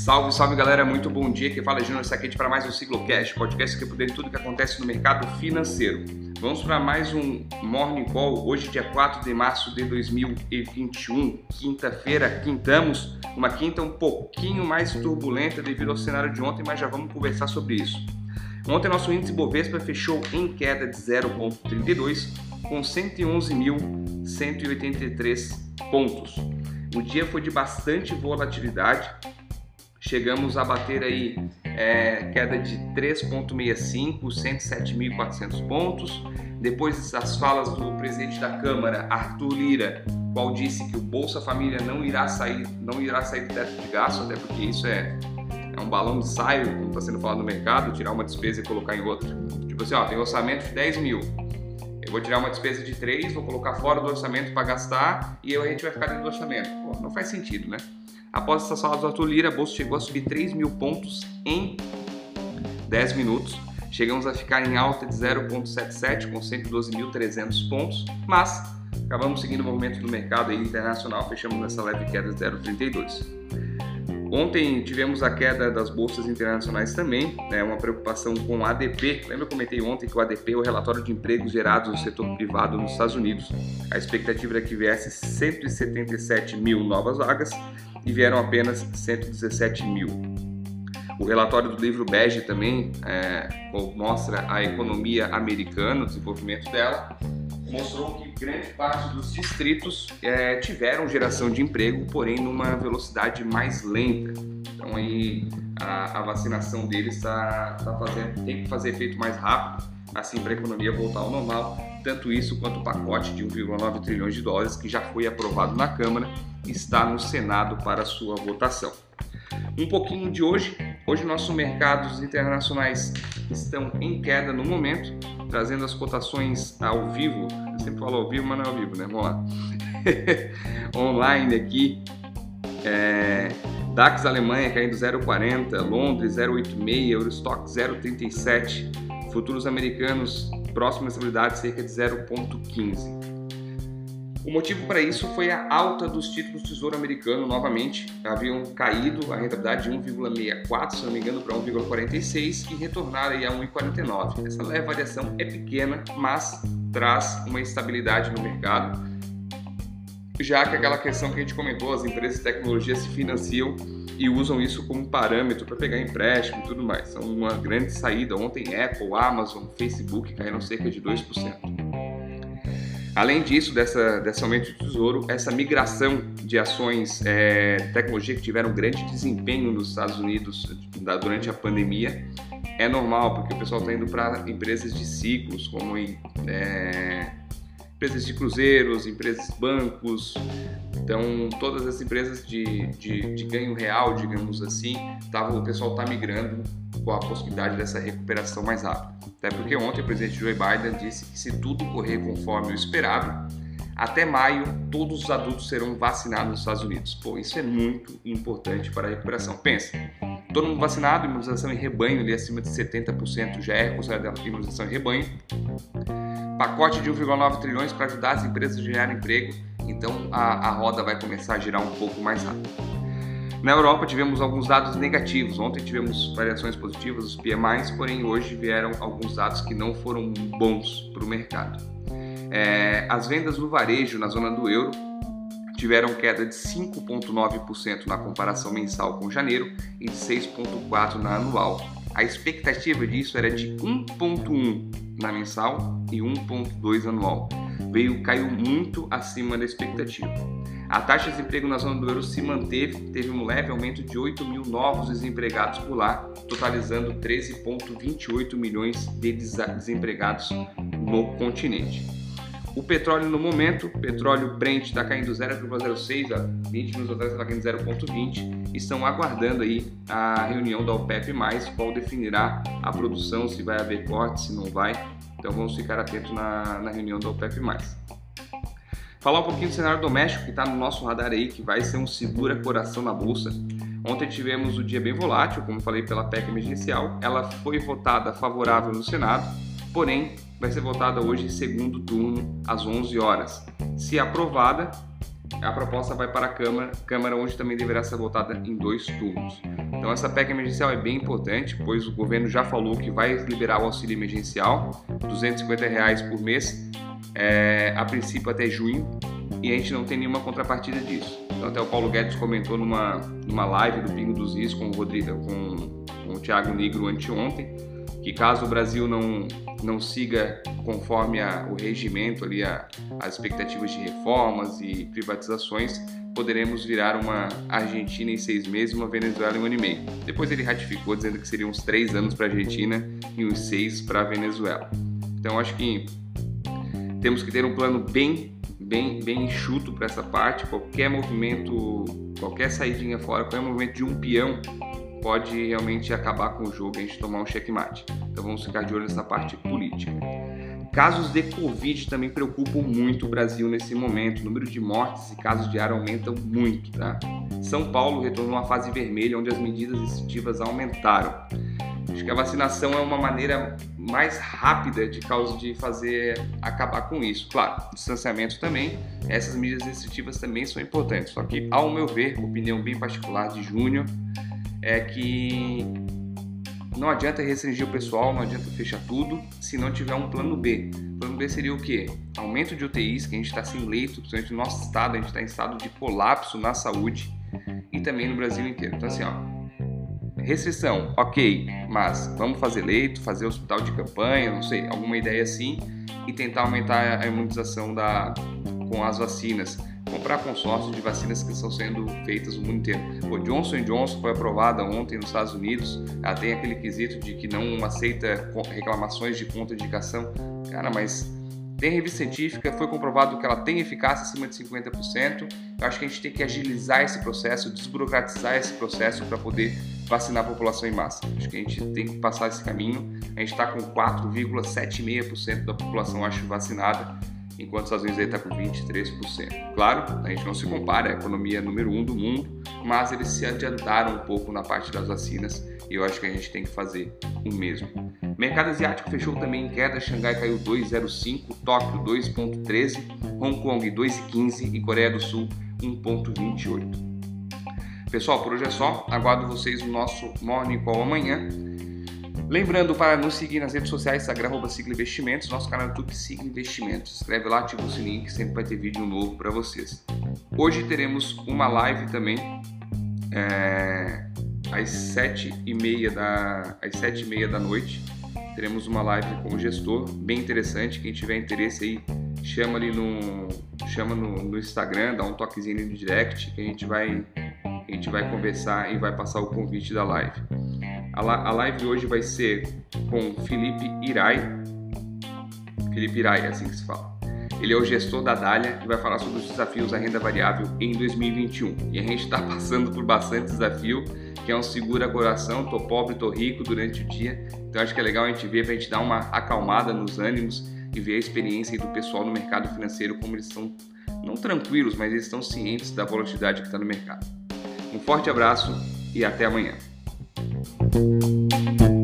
Salve, salve galera, muito bom dia, que fala Júnior Saquete para mais um Siglocast, podcast que é por dentro de tudo que acontece no mercado financeiro. Vamos para mais um Morning Call, hoje dia 4 de março de 2021, quinta-feira, quintamos, uma quinta um pouquinho mais turbulenta devido ao cenário de ontem, mas já vamos conversar sobre isso. Ontem nosso índice Bovespa fechou em queda de 0,32 com 111.183 pontos. O dia foi de bastante volatilidade, chegamos a bater aí queda de 3,65, 107.400 pontos. Depois das falas do presidente da Câmara, Arthur Lira, qual disse que o Bolsa Família não irá sair do teto de gasto, até porque isso é um balão de ensaio, como está sendo falado no mercado, tirar uma despesa e colocar em outra. Tipo assim, tem orçamento de 10 mil. Eu vou tirar uma despesa de 3, vou colocar fora do orçamento para gastar e a gente vai ficar dentro do orçamento. Pô, não faz sentido, né? Após essas falas do Arthur Lira, a Bolsa chegou a subir 3 mil pontos em 10 minutos. Chegamos a ficar em alta de 0,77 com 112.300 pontos, mas acabamos seguindo o movimento do mercado aí internacional, fechamos nessa leve queda de 0,32. Ontem tivemos a queda das bolsas internacionais também, uma preocupação com o ADP. Lembra que eu comentei ontem que o ADP é o relatório de empregos gerados no setor privado nos Estados Unidos. A expectativa era que viesse 177 mil novas vagas e vieram apenas 117 mil. O relatório do livro Bege também mostra a economia americana, o desenvolvimento dela. Mostrou que grande parte dos distritos tiveram geração de emprego, porém numa velocidade mais lenta. Então aí a vacinação deles tem que fazer efeito mais rápido, assim para a economia voltar ao normal. Tanto isso quanto o pacote de 1,9 trilhões de dólares que já foi aprovado na Câmara está no Senado para sua votação. Um pouquinho de hoje. Hoje nossos mercados internacionais estão em queda no momento, trazendo as cotações ao vivo. Eu sempre falo ao vivo, mas não é ao vivo, né? Vamos lá. Online aqui. DAX Alemanha caindo 0,40, Londres 0,86, Eurostock 0,37, futuros americanos próxima estabilidade cerca de 0,15. O motivo para isso foi a alta dos títulos do Tesouro Americano novamente. Haviam caído a rentabilidade de 1,64, se não me engano, para 1,46 e retornaram aí a 1,49. Essa leve variação é pequena, mas traz uma estabilidade no mercado, já que aquela questão que a gente comentou, as empresas de tecnologia se financiam e usam isso como parâmetro para pegar empréstimo e tudo mais. São uma grande saída. Ontem Apple, Amazon, Facebook caíram cerca de 2%. Além disso, desse aumento do tesouro, essa migração de ações de tecnologia que tiveram grande desempenho nos Estados Unidos durante a pandemia é normal, porque o pessoal está indo para empresas de ciclos, como empresas de cruzeiros, empresas bancos. Então, todas as empresas de ganho real, digamos assim, o pessoal está migrando com a possibilidade dessa recuperação mais rápida. Até porque ontem o presidente Joe Biden disse que se tudo correr conforme o esperado, até maio todos os adultos serão vacinados nos Estados Unidos. Pô, isso é muito importante para a recuperação. Pensa, todo mundo vacinado, imunização em rebanho ali acima de 70% já é considerada imunização em rebanho. Pacote de 1,9 trilhões para ajudar as empresas a gerar emprego, então a roda vai começar a girar um pouco mais rápido. Na Europa tivemos alguns dados negativos. Ontem tivemos variações positivas, os PMIs, porém hoje vieram alguns dados que não foram bons para o mercado. As vendas no varejo na zona do euro tiveram queda de 5,9% na comparação mensal com janeiro e de 6,4% na anual. A expectativa disso era de 1,1% na mensal e 1,2% anual. Caiu muito acima da expectativa. A taxa de desemprego na zona do euro se manteve, teve um leve aumento de 8 mil novos desempregados por lá, totalizando 13,28 milhões de desempregados no continente. O petróleo no momento, petróleo Brent está caindo 0,06, há 20 minutos atrás está caindo 0,20, estão aguardando aí a reunião da OPEP+, qual definirá a produção, se vai haver corte, se não vai, então vamos ficar atentos na reunião da OPEP+. Falar um pouquinho do cenário doméstico que está no nosso radar aí, que vai ser um segura-coração na Bolsa. Ontem tivemos o dia bem volátil, como falei, pela PEC emergencial. Ela foi votada favorável no Senado, porém vai ser votada hoje em segundo turno, às 11 horas. Se aprovada, a proposta vai para a Câmara onde também deverá ser votada em 2 turnos. Então essa PEC emergencial é bem importante, pois o governo já falou que vai liberar o auxílio emergencial, R$ 250 por mês, a princípio até junho, e a gente não tem nenhuma contrapartida disso. Então até o Paulo Guedes comentou numa live do Pingo dos Is com o Thiago Nigro anteontem, que caso o Brasil não siga conforme o regimento ali, as expectativas de reformas e privatizações, poderemos virar uma Argentina em 6 meses e uma Venezuela em 1 ano e meio. Depois ele ratificou dizendo que seriam uns 3 anos para a Argentina e uns 6 para a Venezuela. Então acho que temos que ter um plano bem enxuto para essa parte. Qualquer movimento, qualquer saidinha fora, qualquer movimento de um peão pode realmente acabar com o jogo e a gente tomar um checkmate. Então vamos ficar de olho nessa parte política. Casos de Covid também preocupam muito o Brasil nesse momento. O número de mortes e casos diários aumentam muito, tá? São Paulo retornou a uma fase vermelha, onde as medidas restritivas aumentaram. Acho que a vacinação é uma maneira mais rápida de fazer acabar com isso. Claro, distanciamento também, essas medidas restritivas também são importantes. Só que, ao meu ver, opinião bem particular de Júnior, é que não adianta restringir o pessoal, não adianta fechar tudo se não tiver um plano B. O plano B seria o quê? Aumento de UTIs, que a gente está sem leito, principalmente no nosso estado, a gente está em estado de colapso na saúde e também no Brasil inteiro. Então assim, restrição, ok, mas vamos fazer leito, fazer hospital de campanha, não sei, alguma ideia assim, e tentar aumentar a imunização com as vacinas. Comprar consórcios de vacinas que estão sendo feitas no mundo inteiro. O Johnson & Johnson foi aprovada ontem nos Estados Unidos, ela tem aquele quesito de que não aceita reclamações de contraindicação. Cara, mas tem revista científica, foi comprovado que ela tem eficácia acima de 50%. Eu acho que a gente tem que agilizar esse processo, desburocratizar esse processo para poder vacinar a população em massa. Acho que a gente tem que passar esse caminho. A gente está com 4,76% da população, acho, vacinada, enquanto os Estados Unidos está com 23%. Claro, a gente não se compara, é a economia número 1 do mundo, mas eles se adiantaram um pouco na parte das vacinas e eu acho que a gente tem que fazer o mesmo. Mercado asiático fechou também em queda, Xangai caiu 2,05%, Tóquio 2,13%, Hong Kong 2,15% e Coreia do Sul 1,28%. Pessoal, por hoje é só, aguardo vocês no nosso Morning Call amanhã. Lembrando para nos seguir nas redes sociais, Instagram, @Sigla Investimentos, nosso canal no YouTube, Sigla Investimentos. Escreve lá, ativa o sininho que sempre vai ter vídeo novo para vocês. Hoje teremos uma live também, às 7h30 da noite. Teremos uma live com o gestor, bem interessante. Quem tiver interesse aí, chama no Instagram, dá um toquezinho no direct, que a gente vai conversar e vai passar o convite da live. A live hoje vai ser com Felipe Irai, é assim que se fala. Ele é o gestor da Dália e vai falar sobre os desafios da renda variável em 2021. E a gente está passando por bastante desafio, que é um segura coração, tô pobre, tô rico durante o dia. Então acho que é legal a gente ver, para a gente dar uma acalmada nos ânimos e ver a experiência do pessoal no mercado financeiro, como eles estão, não tranquilos, mas eles estão cientes da volatilidade que está no mercado. Um forte abraço e até amanhã.